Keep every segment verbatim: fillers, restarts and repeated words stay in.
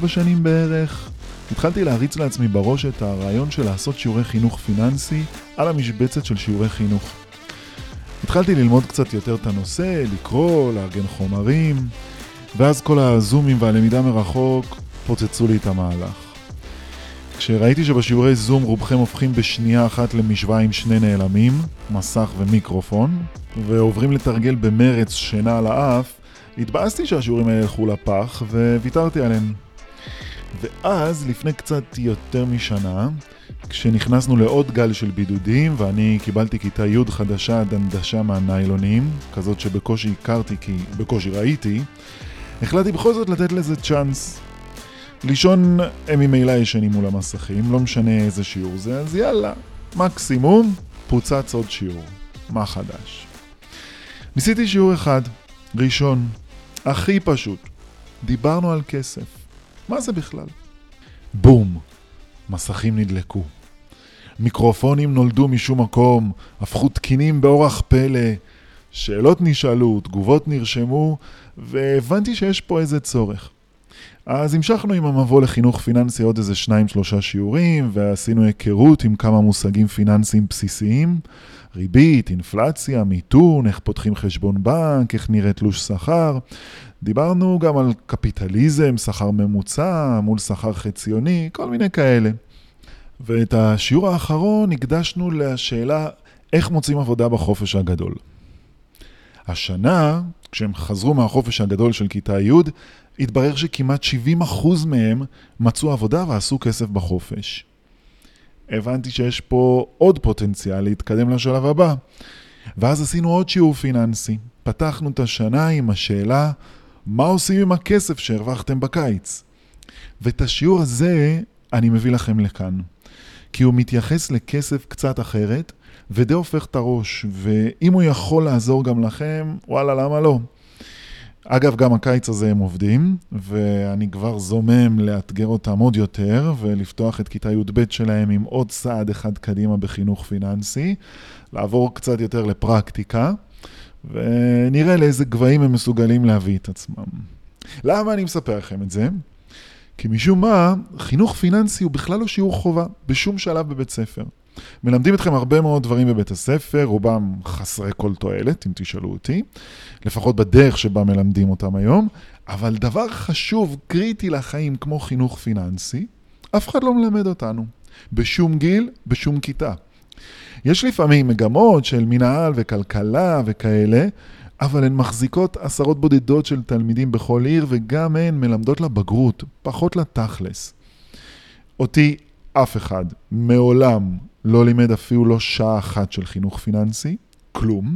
ארבע שנים בערך, התחלתי להריץ לעצמי בראש את הרעיון של לעשות שיעורי חינוך פיננסי על המשבצת של שיעורי חינוך. התחלתי ללמוד קצת יותר את הנושא, לקרוא, לארגן חומרים, ואז כל הזומים והלמידה מרחוק פוצצו לי את המהלך. כשראיתי שבשיעורי זום רובכם הופכים בשנייה אחת למשוואה עם שני נעלמים, מסך ומיקרופון, ועוברים לתרגל במרץ שינה על האף, התבאסתי שהשיעורים האלה ילכו לפח וויתרתי עליהם. ואז לפני קצת יותר משנה, כשנכנסנו לעוד גל של בידודים ואני קיבלתי כיתה י' חדשה דנדשה מהניילונים, כזאת שבקושי הכרתי כי בקושי ראיתי, החלטתי בכל זאת לתת לזה צ'אנס. לישון הם ממילא ישנים מול המסכים, לא משנה איזה שיעור זה, אז יאללה, מקסימום פוצץ עוד שיעור. מה חדש? ניסיתי שיעור אחד, ראשון, הכי פשוט. דיברנו על כסף. מה זה בכלל? בום, מסכים נדלקו. מיקרופונים נולדו משום מקום, הפכו תקינים באורח פלא, שאלות נשאלו, תגובות נרשמו, והבנתי שיש פה איזה צורך. אז המשכנו עם המבוא לחינוך פיננסי עוד איזה שניים שלושה שיעורים, ועשינו היכרות עם כמה מושגים פיננסיים בסיסיים, ריבית, אינפלציה, מיתון, איך פותחים חשבון בנק, איך נראה תלוש שכר. דיברנו גם על קפיטליזם, שכר ממוצע, מול שכר חציוני, כל מיני כאלה. ואת השיעור האחרון הקדשנו לשאלה איך מוצאים עבודה בחופש הגדול. השנה, כשהם חזרו מהחופש הגדול של כיתה י', התברר שכמעט שבעים אחוז מהם מצאו עבודה ועשו כסף בחופש. הבנתי שיש פה עוד פוטנציאל להתקדם לשלב הבא. ואז עשינו עוד שיעור פיננסי. פתחנו את השנה עם השאלה, מה עושים עם הכסף שהרווחתם בקיץ? ואת השיעור הזה אני מביא לכם לכאן. כי הוא מתייחס לכסף קצת אחרת, ודי הופך את הראש. ואם הוא יכול לעזור גם לכם, וואלה, למה לא? אגב, גם הקיץ הזה הם עובדים, ואני כבר זומם לאתגר אותם עוד יותר, ולפתוח את כיתה י' ב' שלהם עם עוד צעד אחד קדימה בחינוך פיננסי, לעבור קצת יותר לפרקטיקה, ונראה לאיזה גבהים הם מסוגלים להביא את עצמם. למה אני מספר לכם את זה? כי משום מה, חינוך פיננסי הוא בכלל לא שיעור חובה, בשום שלב בבית ספר. מלמדים אתכם הרבה מאוד דברים בבית הספר, רובם חסרי כל תועלת, אם תשאלו אותי, לפחות בדרך שבה מלמדים אותם היום, אבל דבר חשוב, קריטי לחיים כמו חינוך פיננסי, אף אחד לא מלמד אותנו, בשום גיל, בשום כיתה. יש לפעמים מגמות של מנהל וכלכלה וכאלה, אבל הן מחזיקות עשרות בודדות של תלמידים בכל עיר, וגם הן מלמדות לבגרות, פחות לתכלס. אותי אף אחד מעולם לא לימד אפילו לא שעה אחת של חינוך פיננסי, כלום.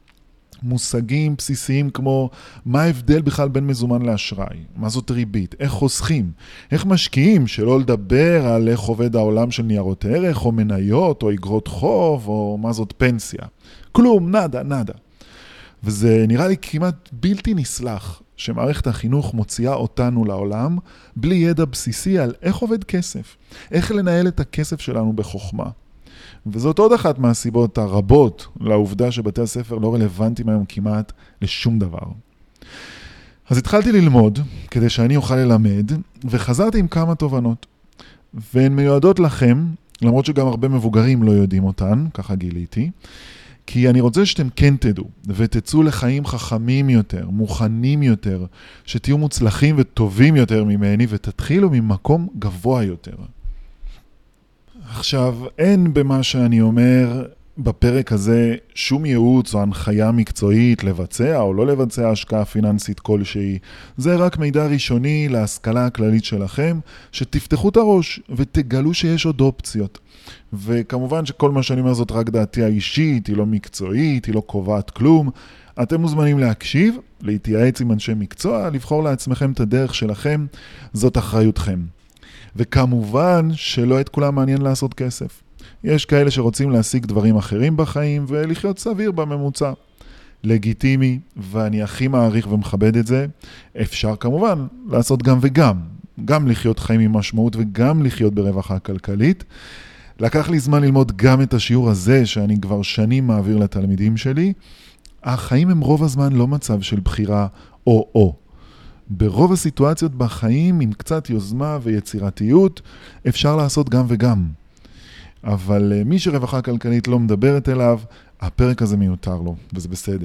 מושגים בסיסיים כמו מה ההבדל בכלל בין מזומן לאשראי, מה זאת ריבית, איך חוסכים, איך משקיעים, שלא לדבר על איך עובד העולם של ניירות ערך או מניות או אגרות חוב או מה זאת פנסיה. כלום, נדה, נדה. וזה נראה לי כמעט בלתי נסלח שמערכת החינוך מוציאה אותנו לעולם בלי ידע בסיסי על איך עובד כסף, איך לנהל את הכסף שלנו בחוכמה. וזאת עוד אחת מהסיבות הרבות לעובדה שבתי הספר לא רלוונטיים היום כמעט לשום דבר. אז התחלתי ללמוד כדי שאני אוכל ללמד, וחזרתי עם כמה תובנות. והן מיועדות לכם, למרות שגם הרבה מבוגרים לא יודעים אותן, ככה גיליתי, כי אני רוצה שאתם כן תדעו, ותצאו לחיים חכמים יותר, מוכנים יותר, שתהיו מוצלחים וטובים יותר ממני, ותתחילו ממקום גבוה יותר. עכשיו, אין במה שאני אומר בפרק הזה שום ייעוץ או הנחיה מקצועית לבצע או לא לבצע השקעה פיננסית כלשהי. זה רק מידע ראשוני להשכלה הכללית שלכם, שתפתחו את הראש ותגלו שיש עוד אופציות. וכמובן שכל מה שאני אומר זאת רק דעתי האישית, היא לא מקצועית, היא לא קובעת כלום. אתם מוזמנים להקשיב, להתייעץ עם אנשי מקצוע, לבחור לעצמכם את הדרך שלכם, זאת אחריותכם. וכמובן שלא את כולם מעניין לעשות כסף. יש כאלה שרוצים להשיג דברים אחרים בחיים ולחיות סביר בממוצע. לגיטימי, ואני הכי מעריך ומכבד את זה. אפשר כמובן לעשות גם וגם. גם לחיות חיים עם משמעות וגם לחיות ברווחה כלכלית. לקח לי זמן ללמוד גם את השיעור הזה שאני כבר שנים מעביר לתלמידים שלי. החיים הם רוב הזמן לא מצב של בחירה או-או. ברוב הסיטואציות בחיים, עם קצת יוזמה ויצירתיות, אפשר לעשות גם וגם. אבל מי שרווחה כלכלית לא מדברת אליו, הפרק הזה מיותר לו, וזה בסדר.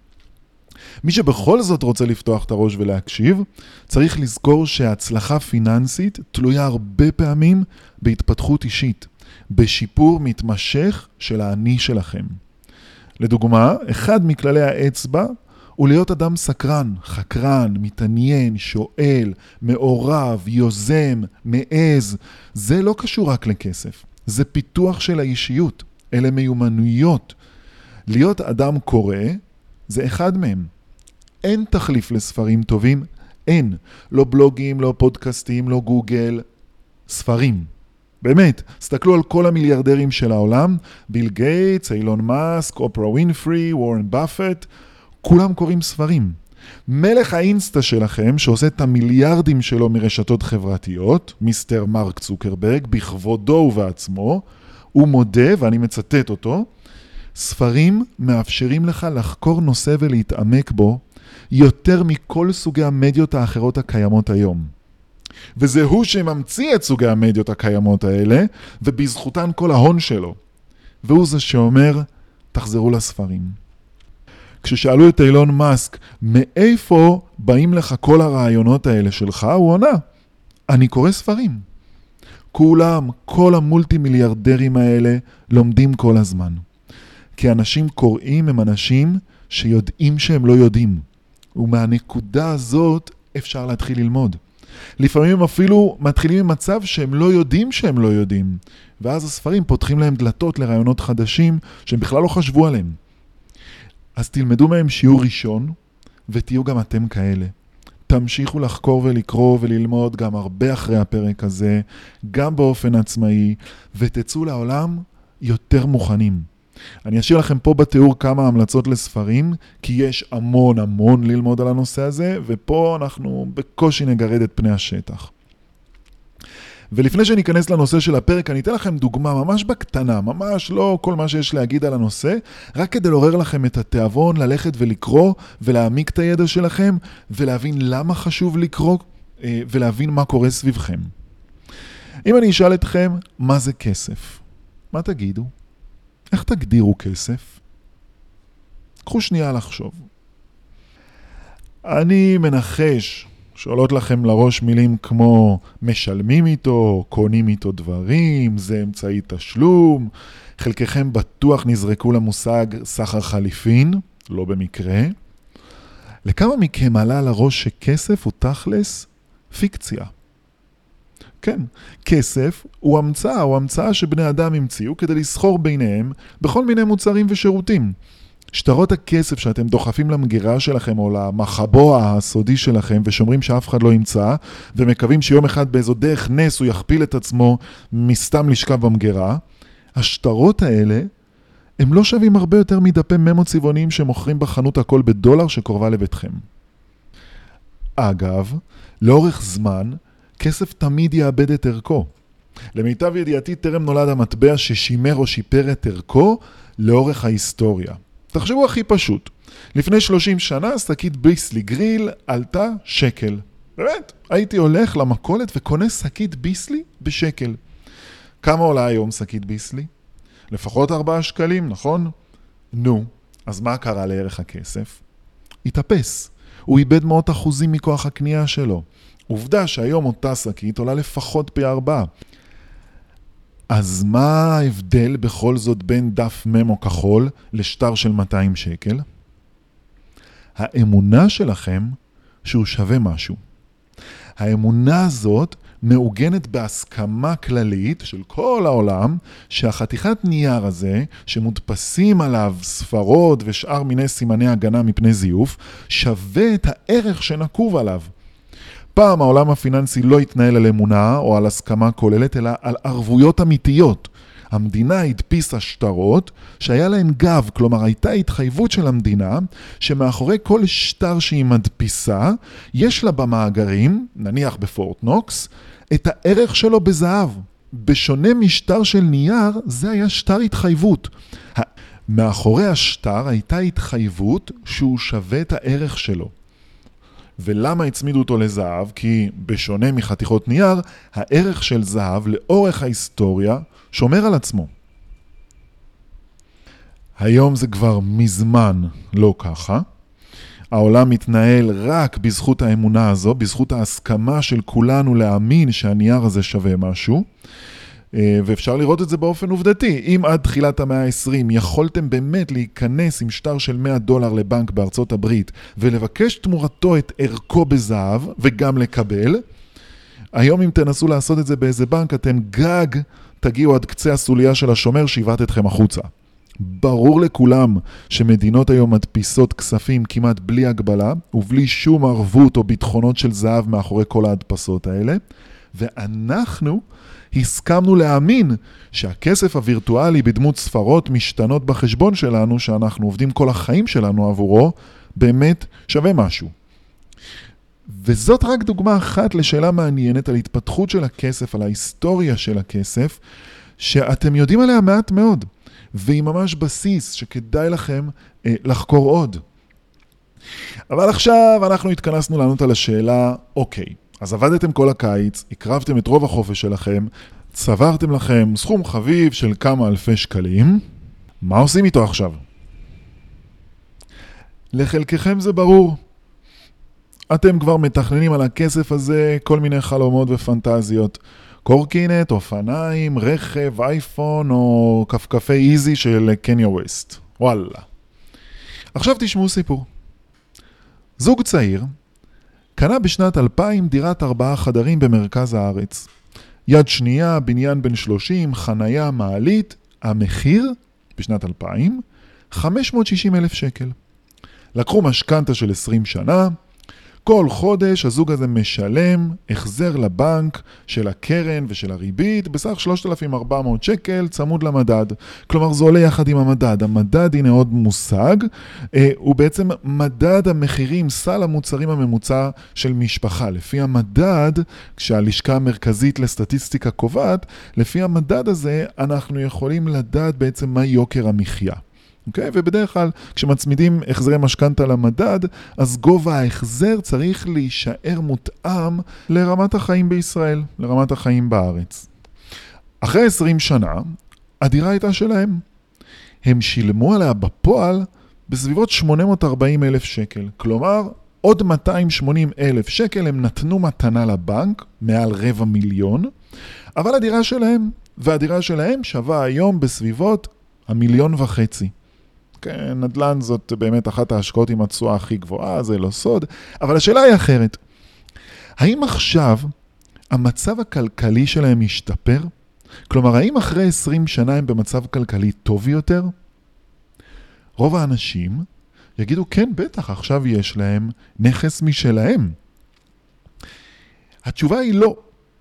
מי שבכל זאת רוצה לפתוח את הראש ולהקשיב, צריך לזכור שההצלחה פיננסית תלויה הרבה פעמים בהתפתחות אישית, בשיפור מתמשך של האני שלכם. לדוגמה, אחד מכללי האצבע הוא להיות אדם סקרן, חקרן, מתעניין, שואל, מעורב, יוזם, מעז. זה לא קשור רק לכסף, זה פיתוח של האישיות, אלה מיומנויות. להיות אדם קורא זה אחד מהם. אין תחליף לספרים טובים, אין. לא בלוגים, לא פודקאסטים, לא גוגל, ספרים. באמת, סתכלו על כל המיליארדרים של העולם, ביל גייטס, אילון מאסק, אופרה ווינפרי, וורן באפט, כולם קוראים ספרים. מלך האינסטה שלכם, שעושה את המיליארדים שלו מרשתות חברתיות, מיסטר מרק צוקרברג, בכבודו ובעצמו, הוא מודה, ואני מצטט אותו, ספרים מאפשרים לך לחקור נושא ולהתעמק בו, יותר מכל סוגי המדיות האחרות הקיימות היום. וזה הוא שממציא את סוגי המדיות הקיימות האלה, ובזכותן כל ההון שלו. והוא זה שאומר, תחזרו לספרים. כששאלו את אילון מאסק, מאיפה באים לך כל הרעיונות האלה שלך? הוא עונה, אני קורא ספרים. כולם, כל המולטי מיליארדרים האלה, לומדים כל הזמן. כי אנשים קוראים הם אנשים שיודעים שהם לא יודעים. ומהנקודה הזאת אפשר להתחיל ללמוד. לפעמים הם אפילו מתחילים במצב שהם לא יודעים שהם לא יודעים. ואז הספרים פותחים להם דלתות לרעיונות חדשים שהם בכלל לא חשבו עליהם. אז תלמדו מהם שיעור ראשון, ותהיו גם אתם כאלה. תמשיכו לחקור ולקרוא וללמוד גם הרבה אחרי הפרק הזה, גם באופן עצמאי, ותצאו לעולם יותר מוכנים. אני אשאיר לכם פה בתיאור כמה המלצות לספרים, כי יש המון המון ללמוד על הנושא הזה, ופה אנחנו בקושי נגרד את פני השטח. ולפני שאני אכנס לנושא של הפרק, אני אתן לכם דוגמה ממש בקטנה, ממש לא כל מה שיש להגיד על הנושא, רק כדי לעורר לכם את התיאבון, ללכת ולקרוא ולהעמיק את הידע שלכם, ולהבין למה חשוב לקרוא, ולהבין מה קורה סביבכם. אם אני אשאל אתכם, מה זה כסף? מה תגידו? איך תגדירו כסף? קחו שנייה לחשוב. אני מנחש שעולות לכם לראש מילים כמו משלמים איתו, קונים איתו דברים, זה אמצעי תשלום. חלקכם בטוח נזרקו למושג סחר חליפין, לא במקרה. לכמה מכם עלה לראש שכסף הוא תכלס פיקציה? כן, כסף הוא המצאה, הוא המצאה שבני אדם המציאו כדי לסחור ביניהם בכל מיני מוצרים ושירותים. שטרות הכסף שאתם דוחפים למגירה שלכם או למחבוא הסודי שלכם ושומרים שאף אחד לא ימצא ומקווים שיום אחד באיזו דרך נס הוא יכפיל את עצמו מסתם לשכב במגירה, השטרות האלה הם לא שווים הרבה יותר מדפי ממו צבעוניים שמוכרים בחנות הכל בדולר שקורבה לביתכם. אגב, לאורך זמן, כסף תמיד יאבד את ערכו. למיטב ידיעתי טרם נולד המטבע ששימר או שיפר את ערכו לאורך ההיסטוריה. תחשבו הכי פשוט. לפני שלושים שנה שקית ביסלי גריל עלתה שקל. באמת, הייתי הולך למכולת וקונה שקית ביסלי בשקל. כמה עולה היום שקית ביסלי? לפחות ארבעה שקלים, נכון? נו, אז מה קרה לערך הכסף? התאפס. הוא איבד מאות אחוזים מכוח הקנייה שלו. עובדה שהיום אותה שקית עולה לפחות פי ארבעה. אז מה ההבדל בכל זאת בין דף ממו כחול לשטר של מאתיים שקל? האמונה שלכם שהוא שווה משהו. האמונה הזאת מעוגנת בהסכמה כללית של כל העולם שהחתיכת נייר הזה שמודפסים עליו ספרות ושאר מיני סימני הגנה מפני זיוף שווה את הערך שנקוב עליו. פעם העולם הפיננסי לא התנהל על אמונה או על הסכמה כוללת, אלא על ערבויות אמיתיות. המדינה הדפיסה שטרות שהיה להן גב, כלומר הייתה התחייבות של המדינה שמאחורי כל שטר שהיא מדפיסה, יש לה במאגרים, נניח בפורט נוקס, את הערך שלו בזהב. בשונה משטר של נייר, זה היה שטר התחייבות. מאחורי השטר הייתה התחייבות שהוא שווה את הערך שלו. ולמה הצמידו אותו לזהב? כי בשונה מחתיכות נייר, הערך של זהב לאורך ההיסטוריה שומר על עצמו. היום זה כבר מזמן לא ככה. העולם מתנהל רק בזכות האמונה הזו, בזכות ההסכמה של כולנו להאמין שהנייר הזה שווה משהו, ואפשר לראות את זה באופן עובדתי. אם עד תחילת המאה ה-עשרים יכולתם באמת להיכנס עם שטר של מאה דולר לבנק בארצות הברית, ולבקש תמורתו את ערכו בזהב, וגם לקבל, היום אם תנסו לעשות את זה באיזה בנק, אתם גג תגיעו עד קצה הסוליה של השומר שיבט אתכם החוצה. ברור לכולם שמדינות היום מדפיסות כספים כמעט בלי הגבלה, ובלי שום ערבות או ביטחונות של זהב מאחורי כל ההדפסות האלה, ואנחנו הסכמנו להאמין שהכסף הווירטואלי בדמות ספרות משתנות בחשבון שלנו, שאנחנו עובדים כל החיים שלנו עבורו, באמת שווה משהו. וזאת רק דוגמה אחת לשאלה מעניינת על התפתחות של הכסף, על ההיסטוריה של הכסף, שאתם יודעים עליה מעט מאוד, והיא ממש בסיס שכדאי לכם אה, לחקור עוד. אבל עכשיו אנחנו התכנסנו לענות על השאלה, אוקיי, אז עבדתם כל הקיץ, הקרבתם את רוב החופש שלכם, צברתם לכם סכום חביב של כמה אלפי שקלים, מה עושים איתו עכשיו? לחלקכם זה ברור. אתם כבר מתכננים על הכסף הזה כל מיני חלומות ופנטזיות. קורקינט, אופניים, רכב, אייפון או כפכפי איזי של קניה ווסט. וואלה. עכשיו תשמעו סיפור. זוג צעיר קנה בשנת אלפיים דירת ארבעה חדרים במרכז הארץ. יד שנייה, בניין בן שלושים, חנייה, מעלית. המחיר בשנת אלפיים, חמש מאות ושישים אלף שקל. לקחו משכנתה של עשרים שנה, כל חודש הזוג הזה משלם החזר לבנק של הקרן ושל הריבית בסך שלושת אלפים וארבע מאות שקל צמוד למדד. כלומר זה עולה יחד עם המדד. המדד, הנה עוד מושג, אה, הוא בעצם מדד המחירים, סל המוצרים הממוצע של משפחה. לפי המדד, כשהלשכה המרכזית לסטטיסטיקה קובעת, לפי המדד הזה אנחנו יכולים לדעת בעצם מה יוקר המחיה. אוקיי? Okay? ובדרך כלל כשמצמידים החזרי משכנתה למדד, אז גובה ההחזר צריך להישאר מותאם לרמת החיים בישראל, לרמת החיים בארץ. אחרי עשרים שנה, הדירה הייתה שלהם. הם שילמו עליה בפועל בסביבות שמונה מאות וארבעים אלף שקל. כלומר, עוד מאתיים ושמונים אלף שקל הם נתנו מתנה לבנק, מעל רבע מיליון, אבל הדירה שלהם, והדירה שלהם שווה היום בסביבות המיליון וחצי. כן, נדל"ן זאת באמת אחת ההשקעות עם התשואה הכי גבוהה, זה לא סוד, אבל השאלה היא אחרת. האם עכשיו המצב הכלכלי שלהם ישתפר? כלומר, האם אחרי עשרים שנה הם במצב כלכלי טוב יותר? רוב האנשים יגידו, כן, בטח, עכשיו יש להם נכס משלהם. התשובה היא לא.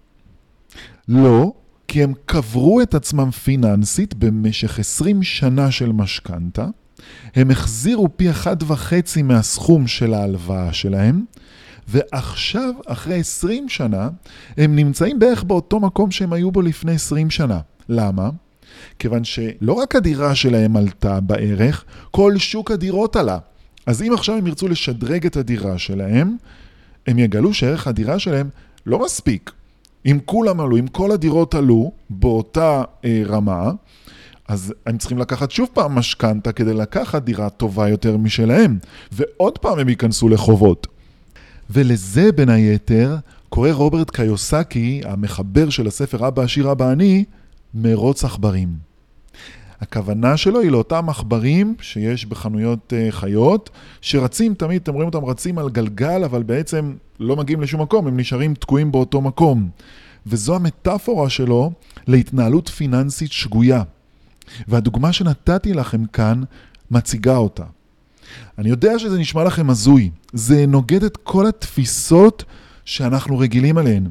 לא, כי הם קברו את עצמם פיננסית במשך עשרים שנה של משכנתה, הם החזירו פי אחד וחצי מהסכום של ההלוואה שלהם, ועכשיו, אחרי עשרים שנה, הם נמצאים בערך באותו מקום שהם היו בו לפני עשרים שנה. למה? כיוון שלא רק הדירה שלהם עלתה בערך, כל שוק הדירות עלה. אז אם עכשיו הם ירצו לשדרג את הדירה שלהם, הם יגלו שערך הדירה שלהם לא מספיק. אם כולם עלו, אם כל הדירות עלו באותה אה, רמה, אז הם צריכים לקחת שוב פעם משכנתה כדי לקחת דירה טובה יותר משלהם. ועוד פעם הם ייכנסו לחובות. ולזה בין היתר קורא רוברט קיוסקי, המחבר של הספר אבא עשיר אבא עני, מרוץ עכברים. הכוונה שלו היא לאותם עכברים שיש בחנויות חיות, שרצים תמיד, אתם רואים אותם רצים על גלגל, אבל בעצם לא מגיעים לשום מקום, הם נשארים תקועים באותו מקום. וזו המטאפורה שלו להתנהלות פיננסית שגויה. והדוגמה שנתתי לכם כאן מציגה אותה. אני יודע שזה נשמע לכם הזוי. זה נוגד את כל התפיסות שאנחנו רגילים עליהן.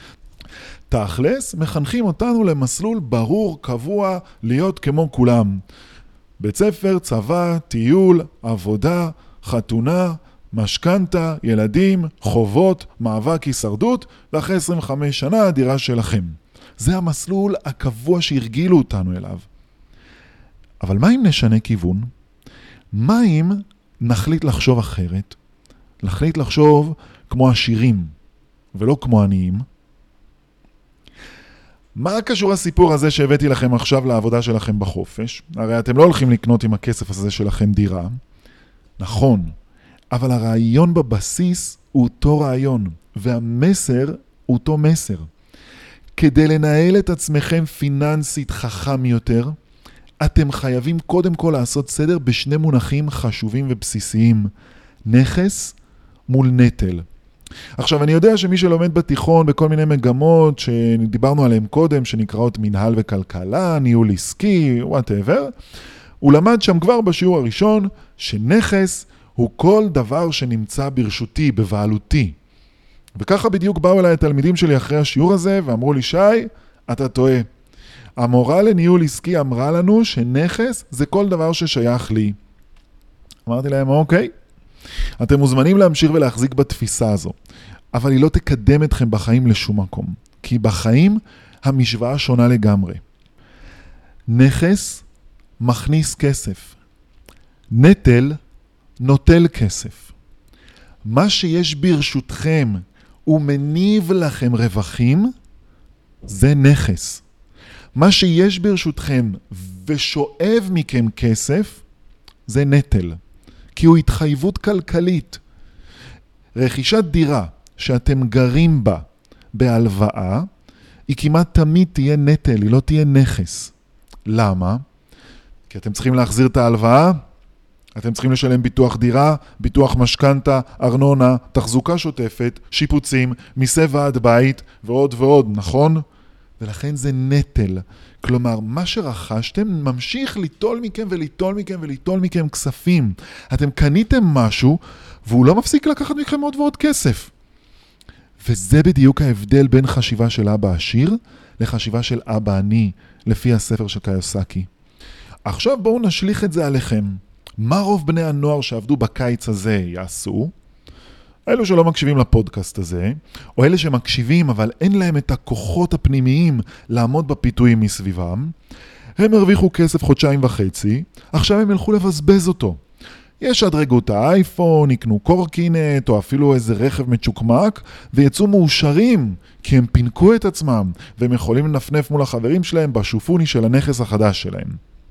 תכלס, מחנכים אותנו למסלול ברור, קבוע, להיות כמו כולם. בית ספר, צבא, טיול, עבודה, חתונה, משכנתה, ילדים, חובות, מאבק, הישרדות, ואחרי עשרים וחמש שנה הדירה שלכם. זה המסלול הקבוע שהרגילו אותנו אליו. אבל מה אם נשנה כיוון? מה אם נחליט לחשוב אחרת? להחליט לחשוב כמו עשירים, ולא כמו עניים. מה קשור הסיפור הזה שהבאתי לכם עכשיו לעבודה שלכם בחופש? הרי אתם לא הולכים לקנות עם הכסף הזה שלכם דירה. נכון, אבל הרעיון בבסיס הוא אותו רעיון, והמסר הוא אותו מסר. כדי לנהל את עצמכם פיננסית חכם יותר, אתם חייבים קודם כל לעשות סדר בשני מונחים חשובים ובסיסיים. נכס מול נטל. עכשיו, אני יודע שמי שלומד בתיכון בכל מיני מגמות שדיברנו עליהם קודם, שנקראות מנהל וכלכלה, ניהול עסקי, whatever, הוא למד שם כבר בשיעור הראשון שנכס הוא כל דבר שנמצא ברשותי, בבעלותי. וככה בדיוק באו אליי התלמידים שלי אחרי השיעור הזה ואמרו לי, שי, אתה טועה. המורה לניהול עסקי אמרה לנו שנכס זה כל דבר ששייך לי. אמרתי להם, אוקיי, אתם מוזמנים להמשיך ולהחזיק בתפיסה הזו, אבל היא לא תקדם אתכם בחיים לשום מקום, כי בחיים המשוואה שונה לגמרי. נכס מכניס כסף, נטל נוטל כסף. מה שיש ברשותכם ומניב לכם רווחים, זה נכס. מה שיש ברשותכם ושואב מכם כסף, זה נטל. כי הוא התחייבות כלכלית. רכישת דירה שאתם גרים בה בהלוואה, היא כמעט תמיד תהיה נטל, היא לא תהיה נכס. למה? כי אתם צריכים להחזיר את ההלוואה, אתם צריכים לשלם ביטוח דירה, ביטוח משכנתה, ארנונה, תחזוקה שוטפת, שיפוצים, מיסי ועד בית ועוד ועוד, נכון? ולכן זה נטל. כלומר, מה שרכשתם ממשיך ליטול מכם וליטול מכם וליטול מכם כספים. אתם קניתם משהו והוא לא מפסיק לקחת מכם עוד ועוד כסף. וזה בדיוק ההבדל בין חשיבה של אבא עשיר לחשיבה של אבא עני, לפי הספר של קיוסקי. עכשיו בואו נשליך את זה עליכם. מה רוב בני הנוער שעבדו בקיץ הזה יעשו? אלו שלא מקשיבים לפודקאסט הזה, או אלה שמקשיבים אבל אין להם את הכוחות הפנימיים לעמוד בפיתויים מסביבם, הם הרוויחו כסף חודשיים וחצי, עכשיו הם ילכו לבזבז אותו. ישדרגו את האייפון, יקנו קורקינט או אפילו איזה רכב מצ'וקמק, ויצאו מאושרים כי הם פינקו את עצמם, והם יכולים לנפנף מול החברים שלהם בשופוני של הנכס החדש שלהם.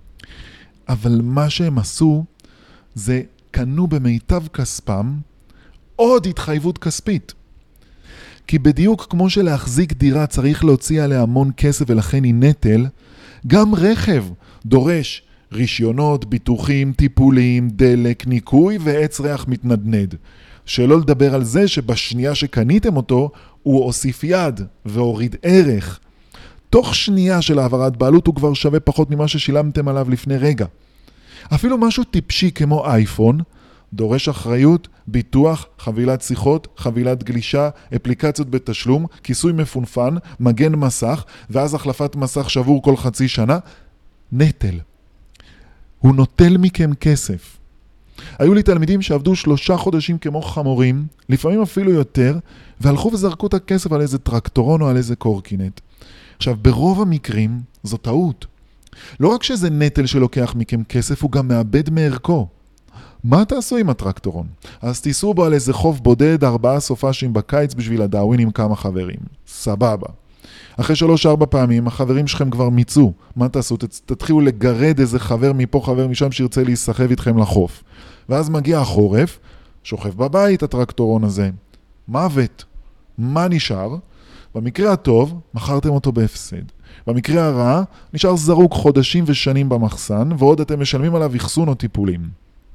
אבל מה שהם עשו זה קנו במיטב כספם עוד התחייבות כספית. כי בדיוק כמו שלהחזיק דירה צריך להוציא עליה המון כסף ולכן היא נטל, גם רכב דורש רישיונות, ביטוחים, טיפולים, דלק, ניקוי ועץ ריח מתנדנד. שלא לדבר על זה שבשנייה שקניתם אותו הוא הוסיף יד והוריד ערך. תוך שנייה של העברת בעלות הוא כבר שווה פחות ממה ששילמתם עליו לפני רגע. אפילו משהו טיפשי כמו אייפון דורש אחריות, ביטוח, חבילת שיחות, חבילת גלישה, אפליקציות בתשלום, כיסוי מפונפן, מגן מסך, ואז החלפת מסך שבור כל חצי שנה. נטל. הוא נוטל מכם כסף. היו לי תלמידים שעבדו שלושה חודשים כמו חמורים, לפעמים אפילו יותר, והלכו וזרקו את הכסף על איזה טרקטורון או על איזה קורקינט. עכשיו, ברוב המקרים זו טעות. לא רק שזה נטל שלוקח מכם כסף, הוא גם מאבד מערכו. מה תעשו עם הטרקטורון? אז תיסעו בו על איזה חוף בודד, ארבעה סופשים בקיץ בשביל הדאווין עם כמה חברים. סבבה. אחרי שלוש ארבע פעמים, החברים שלכם כבר מיצו. מה תעשו? תתחילו לגרד איזה חבר מפה, חבר משם שירצה להיסחב איתכם לחוף. ואז מגיע החורף, שוכב בבית הטרקטורון הזה. מוות. מה נשאר? במקרה הטוב, מכרתם אותו בהפסד. במקרה הרע, נשאר זרוק חודשים ושנים במחסן, ועוד אתם משלמים עליו אחסון או טיפולים.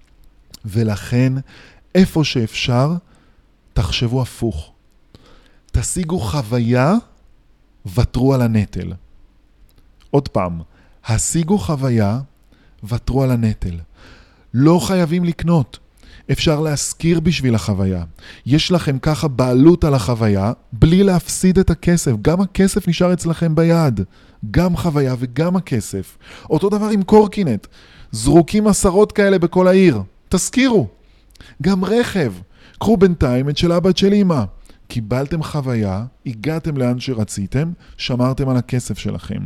ולכן, איפה שאפשר, תחשבו הפוך. תשיגו חוויה, ותרו על הנטל. עוד פעם, השיגו חוויה, ותרו על הנטל. לא חייבים לקנות. אפשר להזכיר בשביל החוויה. יש לכם ככה בעלות על החוויה, בלי להפסיד את הכסף. גם הכסף נשאר אצלכם ביד. גם חוויה וגם הכסף. אותו דבר עם קורקינט. זרוקים עשרות כאלה בכל העיר. תזכירו. גם רכב. קחו בינתיים את של אבא של אמא. קיבלתם חוויה, הגעתם לאן שרציתם, שמרתם על הכסף שלכם.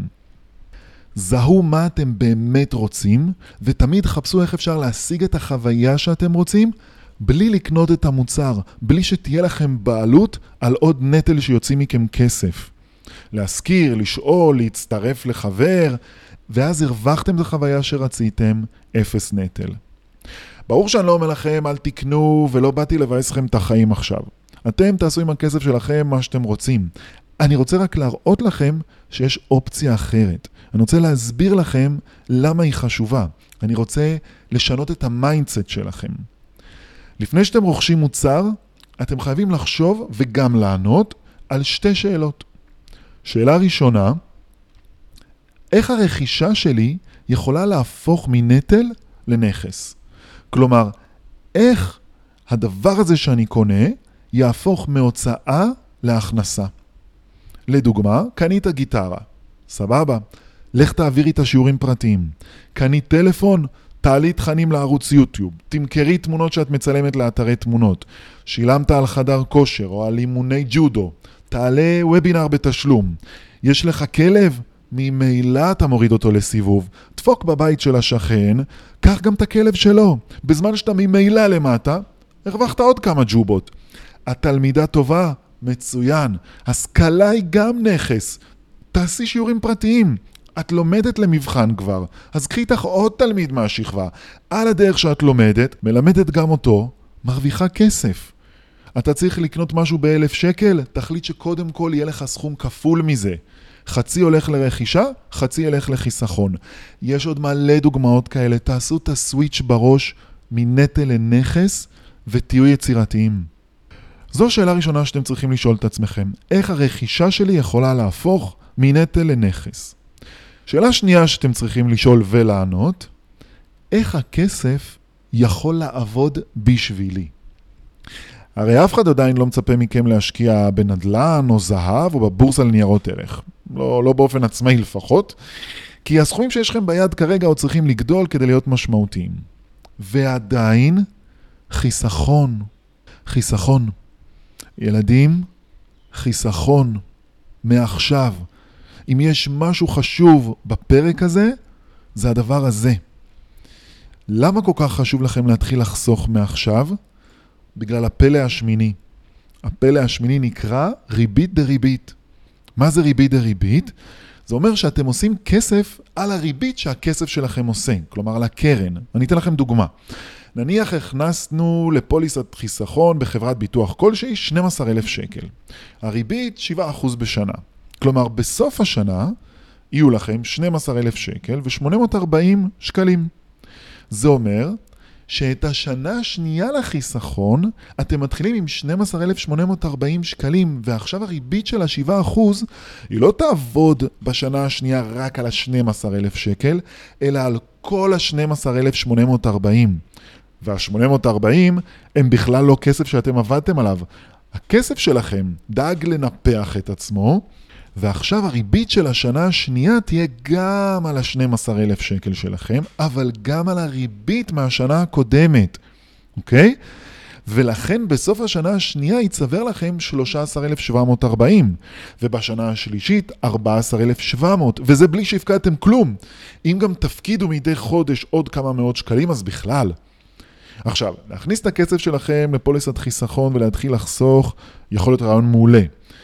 זהו מה אתם באמת רוצים, ותמיד חפשו איך אפשר להשיג את החוויה שאתם רוצים, בלי לקנות את המוצר, בלי שתהיה לכם בעלות על עוד נטל שיוצאים מכם כסף. להזכיר, לשאול, להצטרף לחבר, ואז הרווחתם את החוויה שרציתם, אפס נטל. ברור שאני לא אומר לכם, אל תקנו, ולא באתי לבאס לכם את החיים עכשיו. אתם תעשו עם הכסף שלכם מה שאתם רוצים. אני רוצה רק להראות לכם שיש אופציה אחרת. אני רוצה להסביר לכם למה היא חשובה. אני רוצה לשנות את המיינדסט שלכם. לפני שאתם רוכשים מוצר, אתם חייבים לחשוב וגם לענות על שתי שאלות. שאלה ראשונה, איך הרכישה שלי יכולה להפוך מנטל לנכס? כלומר, איך הדבר הזה שאני קונה יהפוך מהוצאה להכנסה? לדוגמה, קנית גיטרה, סבבה, לך תעבירי את השיעורים פרטיים. קנית טלפון, תעלי תכנים לערוץ יוטיוב, תמכרי תמונות שאת מצלמת לאתרי תמונות, שילמת על חדר כושר או על אימוני ג'ודו, תעלה וובינר בתשלום. יש לך כלב? ממילא אתה מוריד אותו לסיבוב. דפוק בבית של השכן, קח גם את הכלב שלו. בזמן שאתה ממילא למטה, הרווחת עוד כמה ג'ובות. התלמידה טובה, מצוין. השכלה היא גם נכס. תעשי שיעורים פרטיים. את לומדת למבחן כבר, אז קחי איתך עוד תלמיד מהשכבה. על הדרך שאת לומדת, מלמדת גם אותו, מרוויחה כסף. אתה צריך לקנות משהו באלף שקל, תחליט שקודם כל יהיה לך סכום כפול מזה. חצי הולך לרכישה, חצי ילך לחיסכון. יש עוד מלא דוגמאות כאלה, תעשו את הסוויץ' בראש מנטל לנכס ותהיו יצירתיים. זו שאלה ראשונה שאתם צריכים לשאול את עצמכם. איך הרכישה שלי יכולה להפוך מנטל לנכס? שאלה שנייה שאתם צריכים לשאול ולענות, איך הכסף יכול לעבוד בשבילי? הרי אף אחד עדיין לא מצפה מכם להשקיע בנדלן או זהב או בבורסה לניירות ערך. לא, לא באופן עצמאי לפחות, כי הסכומים שיש לכם ביד כרגע עוד צריכים לגדול כדי להיות משמעותיים. ועדיין, חיסכון. חיסכון. ילדים, חיסכון. מעכשיו. אם יש משהו חשוב בפרק הזה, זה הדבר הזה. למה כל כך חשוב לכם להתחיל לחסוך מעכשיו? בגלל הפלא השמיני. הפלא השמיני נקרא ריבית דריבית. מה זה ריבית דריבית? זה אומר שאתם עושים כסף על הריבית שהכסף שלכם עושה, כלומר על הקרן. אני אתן לכם דוגמה. נניח הכנסנו לפוליסת חיסכון בחברת ביטוח כלשהי שנים עשר אלף שקל. הריבית שבעה אחוז בשנה. כלומר בסוף השנה יהיו לכם שנים עשר אלף שקל ו-שמונה מאות וארבעים שקלים. זה אומר שאת השנה השנייה לחיסכון, אתם מתחילים עם שנים עשר אלף שמונה מאות וארבעים שקלים, ועכשיו הריבית של ה-שבעה אחוז, היא לא תעבוד בשנה השנייה רק על ה-שנים עשר אלף שקל, אלא על כל ה-שנים עשר אלף שמונה מאות וארבעים. וה-שמונה מאות וארבעים הם בכלל לא כסף שאתם עבדתם עליו. הכסף שלכם דאג לנפח את עצמו, ועכשיו הריבית של השנה השנייה תהיה גם על ה-שנים עשר אלף שקל שלכם, אבל גם על הריבית מהשנה הקודמת, אוקיי? ולכן בסוף השנה השנייה יצבר לכם שלושה עשר אלף שבע מאות וארבעים, ובשנה השלישית ארבעה עשר אלף שבע מאות, וזה בלי שהפקדתם כלום. אם גם תפקידו מדי חודש עוד כמה מאות שקלים, אז בכלל. עכשיו, להכניס את הכסף שלכם לפוליסת חיסכון ולהתחיל לחסוך, יכול להיות רעיון מעולה.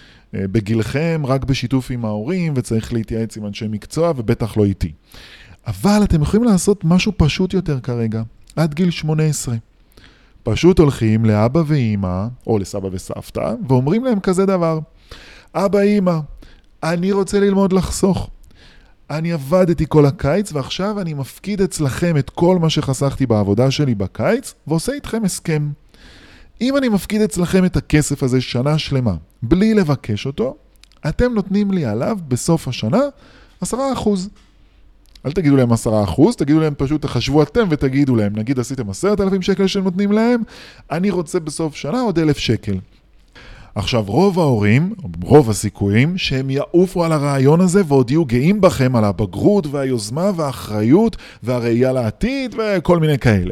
בגילכם, רק בשיתוף עם ההורים, וצריך להתייעץ עם אנשי מקצוע, ובטח לא איתי. אבל אתם יכולים לעשות משהו פשוט יותר כרגע, עד גיל שמונה עשרה. פשוט הולכים לאבא ואמא, או לסבא וסבתא, ואומרים להם כזה דבר. אבא, אמא, אני רוצה ללמוד לחסוך. אני עבדתי כל הקיץ, ועכשיו אני מפקיד אצלכם את כל מה שחסכתי בעבודה שלי בקיץ, ועושה איתכם הסכם. אם אני מפקיד אצלכם את הכסף הזה שנה שלמה, בלי לבקש אותו, אתם נותנים לי עליו בסוף השנה עשרה אחוז. אל תגידו להם עשרה אחוז, תגידו להם פשוט, תחשבו אתם ותגידו להם, נגיד עשיתם עשרת אלפים שקל שהם נותנים להם, אני רוצה בסוף שנה עוד אלף שקל. עכשיו רוב ההורים, רוב הסיכויים, שהם יעופו על הרעיון הזה ועוד יהיו גאים בכם על הבגרות והיוזמה והאחריות והראייה לעתיד וכל מיני כאלה.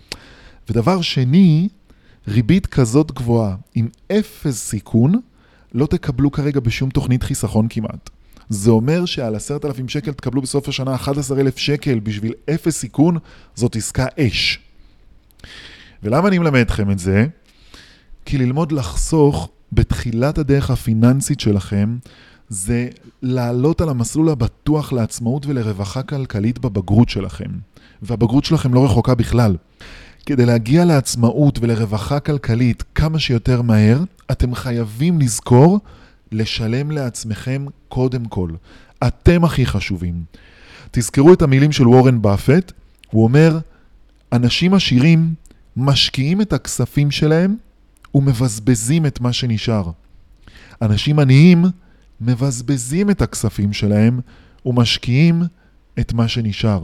ודבר שני, ריבית כזאת גבוהה עם אפס סיכון לא תקבלו כרגע בשום תוכנית חיסכון כמעט. זה אומר שעל עשרת אלפים שקל תקבלו בסוף השנה אחד עשר אלף שקל בשביל אפס סיכון, זאת עסקה אש. ולמה אני מלמד אתכם את זה? כי ללמוד לחסוך בתחילת הדרך הפיננסית שלכם, זה לעלות על המסלול הבטוח לעצמאות ולרווחה כלכלית בבגרות שלכם. והבגרות שלכם לא רחוקה בכלל. כדי להגיע לעצמאות ולרווחה כלכלית כמה שיותר מהר, אתם חייבים לזכור לשלם לעצמכם קודם כל. אתם הכי חשובים. תזכרו את המילים של וורן באפט, הוא אומר, אנשים עשירים משקיעים את הכספים שלהם ומבזבזים את מה שנשאר. אנשים עניים מבזבזים את הכספים שלהם ומשקיעים את מה שנשאר.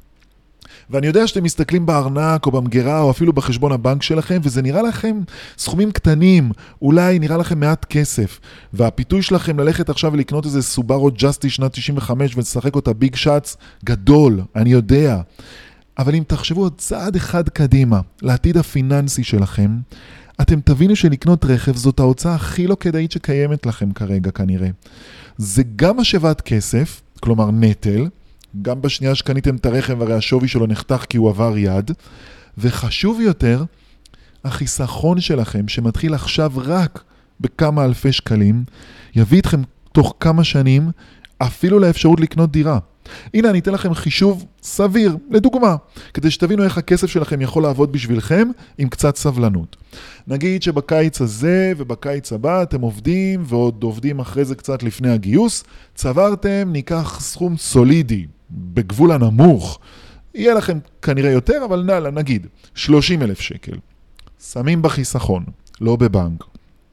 ואני יודע שאתם מסתכלים בארנק או במגירה או אפילו בחשבון הבנק שלכם, וזה נראה לכם סכומים קטנים, אולי נראה לכם מעט כסף, והפיתוי שלכם ללכת עכשיו ולקנות איזה סובארו ג'סטי שנת תשעים וחמש ולשחק אותה ביג שאטס גדול, אני יודע. אבל אם תחשבו עוד צעד אחד קדימה לעתיד הפיננסי שלכם, אתם תבינו שלקנות רכב זאת ההוצאה הכי לא כדאית שקיימת לכם כרגע כנראה. זה גם השבת כסף, כלומר נטל, גם בשנייה שקניתם את הרכב הרי השווי שלו נחתך כי הוא עבר יד, וחשוב יותר, החיסכון שלכם שמתחיל עכשיו רק בכמה אלפי שקלים, יביא אתכם תוך כמה שנים אפילו לאפשרות לקנות דירה. הנה אני אתן לכם חישוב סביר, לדוגמה, כדי שתבינו איך הכסף שלכם יכול לעבוד בשבילכם עם קצת סבלנות. נגיד שבקיץ הזה ובקיץ הבא אתם עובדים ועוד עובדים אחרי זה קצת לפני הגיוס, צברתם, ניקח סכום סולידי, בגבול הנמוך, יהיה לכם כנראה יותר, אבל נעלה, נגיד, שלושים אלף שקל. שמים בחיסכון, לא בבנק.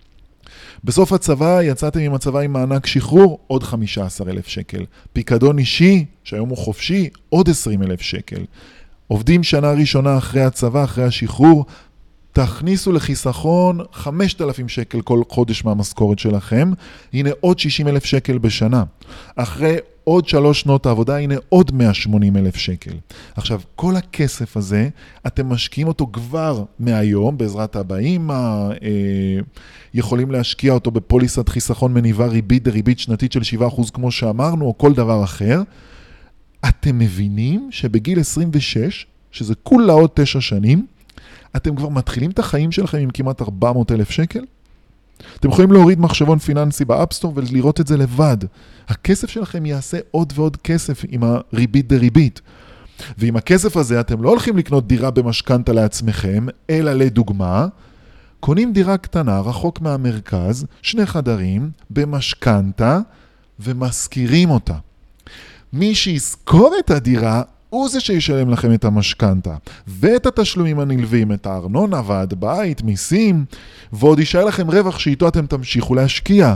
בסוף הצבא יצאתם עם הצבא עם מענק שחרור, עוד חמישה עשר אלף שקל. פיקדון אישי, שהיום הוא חופשי, עוד עשרים אלף שקל. עובדים שנה ראשונה אחרי הצבא, אחרי השחרור, תכניסו לחיסכון חמשת אלפים שקל כל חודש מהמשכורת שלכם, הנה עוד שישים אלף שקל בשנה. אחרי עוד שלוש שנות העבודה, הנה עוד מאה ושמונים אלף שקל. עכשיו, כל הכסף הזה, אתם משקיעים אותו כבר מהיום, בעזרת הבאים, אה, יכולים להשקיע אותו בפוליסת חיסכון מניבה ריבית דריבית שנתית של שבעה אחוז כמו שאמרנו, או כל דבר אחר. אתם מבינים שבגיל עשרים ושש, שזה כולה עוד תשע שנים, אתם כבר מתחילים את החיים שלכם עם כמעט ארבע מאות אלף שקל? אתם יכולים להוריד מחשבון פיננסי באפסטור ולראות את זה לבד. הכסף שלכם יעשה עוד ועוד כסף עם הריבית דריבית. ועם הכסף הזה אתם לא הולכים לקנות דירה במשכנתה לעצמכם, אלא לדוגמה, קונים דירה קטנה רחוק מהמרכז, שני חדרים, במשכנתה, ומשכירים אותה. מי שיזכור את הדירה, הוא זה שישלם לכם את המשכנתה, ואת התשלומים הנלווים, את הארנונה, ועד בית, מיסים, ועוד יישאר לכם רווח שאיתו אתם תמשיכו להשקיע.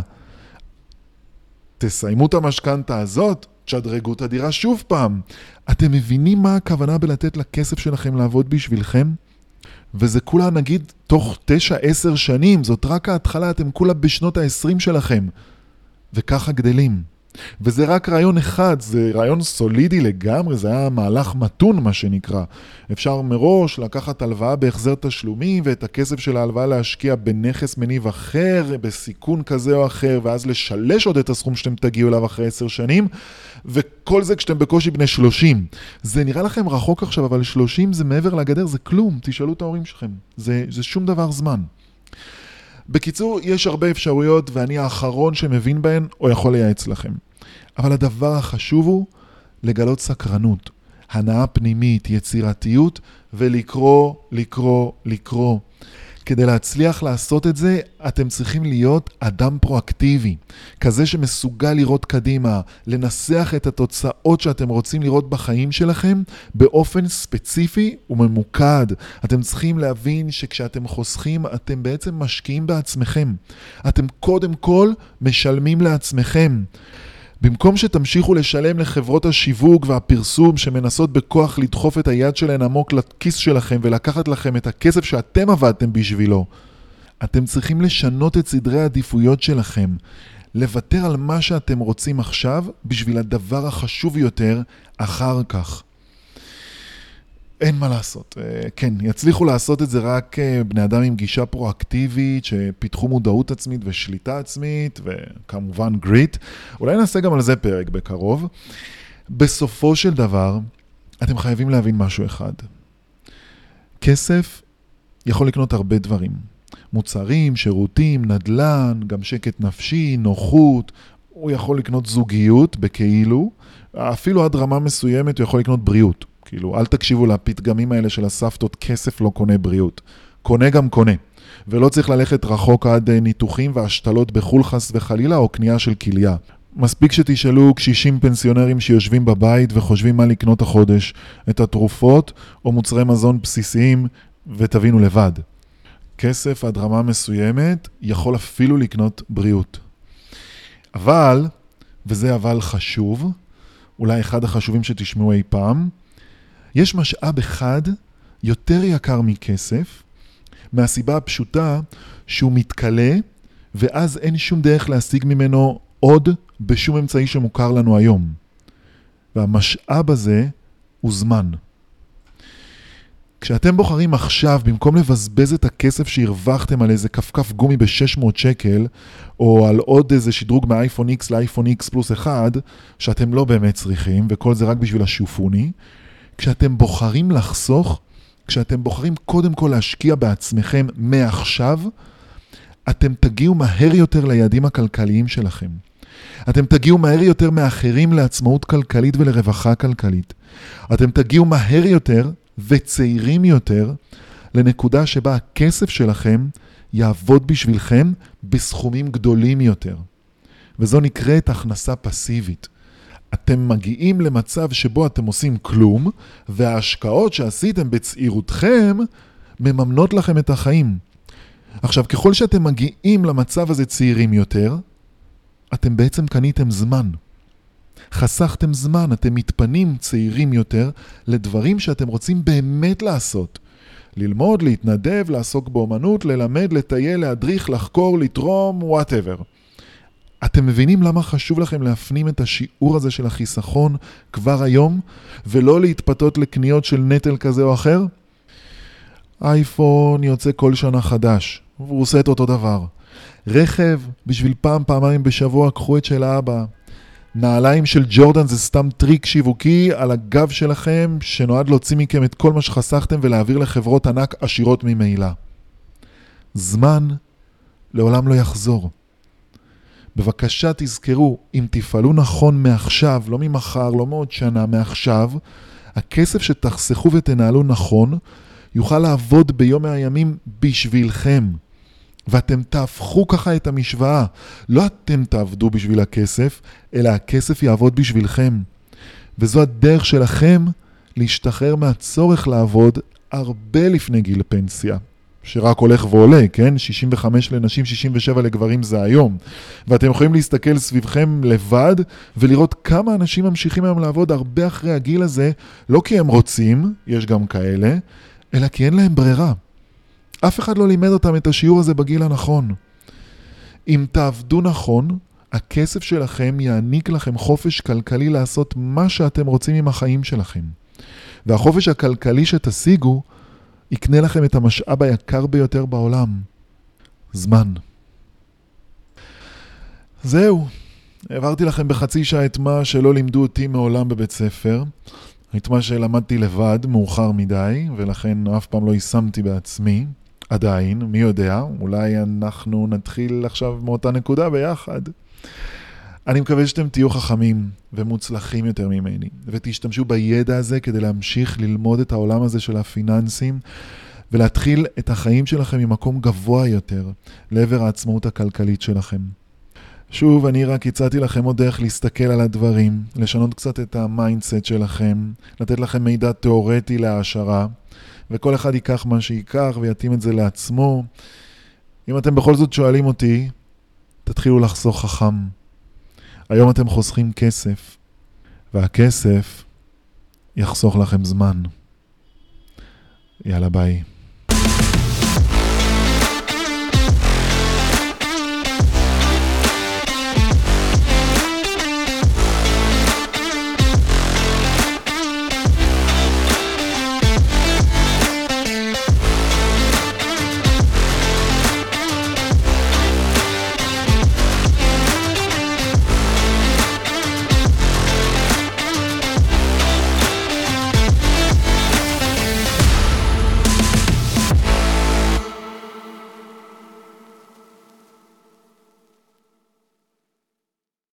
תסיימו את המשכנתה הזאת, תשדרגו את הדירה שוב פעם. אתם מבינים מה הכוונה בלתת לכסף שלכם לעבוד בשבילכם? וזה כולה נגיד תוך תשע עשר שנים, זאת רק ההתחלה, אתם כולה בשנות ה-עשרים שלכם. וככה גדלים. וזה רק רעיון אחד, זה רעיון סולידי לגמרי, זה היה מהלך מתון מה שנקרא. אפשר מראש לקחת הלוואה בהחזר תשלומים, ואת הכסף של ההלוואה להשקיע בנכס מניב אחר, בסיכון כזה או אחר, ואז לשלש עוד את הסכום שאתם תגיעו אליו אחרי עשר שנים, וכל זה כשאתם בקושי בני שלושים. זה נראה לכם רחוק עכשיו, אבל שלושים זה מעבר לגדר, זה כלום, תשאלו את ההורים שלכם. זה, זה שום דבר זמן. בקיצור, יש הרבה אפשרויות ואני האחרון שמבין בהן או יכול לייעץ לכם. אבל הדבר החשוב הוא לגלות סקרנות, הנאה פנימית, יצירתיות ולקרוא, לקרוא, לקרוא. כדי להצליח לעשות את זה, אתם צריכים להיות אדם פרואקטיבי, כזה שמסוגל לראות קדימה, לנסח את התוצאות שאתם רוצים לראות בחיים שלכם באופן ספציפי וממוקד. אתם צריכים להבין שכשאתם חוסכים, אתם בעצם משקיעים בעצמכם. אתם קודם כל משלמים לעצמכם. במקום שתמשיכו לשלם לחברות השיווק והפרסום שמנסות בכוח לדחוף את היד שלהן עמוק לכיס שלכם ולקחת לכם את הכסף שאתם עבדתם בשבילו, אתם צריכים לשנות את סדרי העדיפויות שלכם, לוותר על מה שאתם רוצים עכשיו בשביל הדבר החשוב יותר אחר כך. אין מה לעשות. כן, יצליחו לעשות את זה רק בני אדם עם גישה פרואקטיבית, שפיתחו מודעות עצמית ושליטה עצמית, וכמובן גריט. אולי נעשה גם על זה פרק בקרוב. בסופו של דבר, אתם חייבים להבין משהו אחד. כסף יכול לקנות הרבה דברים. מוצרים, שירותים, נדל"ן, גם שקט נפשי, נוחות. הוא יכול לקנות זוגיות בכאילו. אפילו עד רמה מסוימת הוא יכול לקנות בריאות. כאילו, אל תקשיבו לפתגמים האלה של הסבתות, כסף לא קונה בריאות. קונה גם קונה. ולא צריך ללכת רחוק עד ניתוחים והשתלות בחול חס וחלילה או קנייה של כליה. מספיק שתשאלו קשישים פנסיונרים שיושבים בבית וחושבים מה לקנות החודש, את התרופות או מוצרי מזון בסיסיים, ותבינו לבד. כסף עד רמה מסוימת יכול אפילו לקנות בריאות. אבל, וזה אבל חשוב, אולי אחד החשובים שתשמעו אי פעם, יש משאב אחד יותר יקר מכסף, מהסיבה הפשוטה שהוא מתקלה, ואז אין שום דרך להשיג ממנו עוד בשום אמצעי שמוכר לנו היום. והמשאב הזה הוא זמן. כשאתם בוחרים עכשיו, במקום לבזבז את הכסף שהרווחתם על איזה כפכף גומי ב-שש מאות שקל, או על עוד איזה שדרוג מאייפון X לאייפון X פלוס אחד, שאתם לא באמת צריכים, וכל זה רק בשביל השופוני, כשאתם בוחרים לחסוך, כשאתם בוחרים קודם כל להשקיע בעצמכם מעכשיו, אתם תגיעו מהר יותר ליעדים הכלכליים שלכם. אתם תגיעו מהר יותר מאחרים לעצמאות כלכלית ולרווחה כלכלית. אתם תגיעו מהר יותר וצעירים יותר לנקודה שבה הכסף שלכם יעבוד בשבילכם בסכומים גדולים יותר. וזו נקראת הכנסה פסיבית. אתם מגיעים למצב שבו אתם עושים כלום, וההשקעות שעשיתם בצעירותכם מממנות לכם את החיים. עכשיו, ככל שאתם מגיעים למצב הזה צעירים יותר, אתם בעצם קניתם זמן. חסכתם זמן, אתם מתפנים צעירים יותר לדברים שאתם רוצים באמת לעשות. ללמוד, להתנדב, לעסוק באומנות, ללמד, לטייל, להדריך, לחקור, לתרום, whatever. אתם מבינים למה חשוב לכם להפנים את השיעור הזה של החיסכון כבר היום, ולא להתפתות לקניות של נטל כזה או אחר? אייפון יוצא כל שנה חדש, והוא עושה את אותו דבר. רכב, בשביל פעם, פעמיים בשבוע, קחו את של האבא. נעליים של ג'ורדן זה סתם טריק שיווקי על הגב שלכם, שנועד להוציא מכם את כל מה שחסכתם ולהעביר לחברות ענק עשירות ממעילה. זמן לעולם לא יחזור. בבקשה תזכרו, אם תפעלו נכון מעכשיו, לא ממחר, לא מעוד שנה, מעכשיו, הכסף שתחסכו ותנהלו נכון, יוכל לעבוד ביום מהימים בשבילכם. ואתם תהפכו ככה את המשוואה. לא אתם תעבדו בשביל הכסף, אלא הכסף יעבוד בשבילכם. וזו הדרך שלכם להשתחרר מהצורך לעבוד הרבה לפני גיל פנסיה. שרק הולך ועולה, כן? שישים וחמש לנשים, שישים ושבע לגברים זה היום. ואתם יכולים להסתכל סביבכם לבד, ולראות כמה אנשים ממשיכים היום לעבוד הרבה אחרי הגיל הזה, לא כי הם רוצים, יש גם כאלה, אלא כי אין להם ברירה. אף אחד לא לימד אותם את השיעור הזה בגיל הנכון. אם תעבדו נכון, הכסף שלכם יעניק לכם חופש כלכלי לעשות מה שאתם רוצים עם החיים שלכם. והחופש הכלכלי שתשיגו, יקנה לכם את המשאב היקר ביותר בעולם. זמן. זהו. העברתי לכם בחצי שעה את מה שלא לימדו אותי מעולם בבית ספר. את מה שלמדתי לבד, מאוחר מדי, ולכן אף פעם לא יישמתי בעצמי. עדיין, מי יודע, אולי אנחנו נתחיל עכשיו מאותה נקודה ביחד. אני מקווה שאתם תהיו חכמים ומוצלחים יותר ממני, ותשתמשו בידע הזה כדי להמשיך ללמוד את העולם הזה של הפיננסים, ולהתחיל את החיים שלכם ממקום גבוה יותר, לעבר העצמאות הכלכלית שלכם. שוב, אני רק הצעתי לכם עוד דרך להסתכל על הדברים, לשנות קצת את המיינדסט שלכם, לתת לכם מידע תיאורטי להעשרה, וכל אחד ייקח מה שיקח ויתאים את זה לעצמו. אם אתם בכל זאת שואלים אותי, תתחילו לחסוך חכם. היום אתם חוסכים כסף, והכסף יחסוך לכם זמן. יאללה ביי.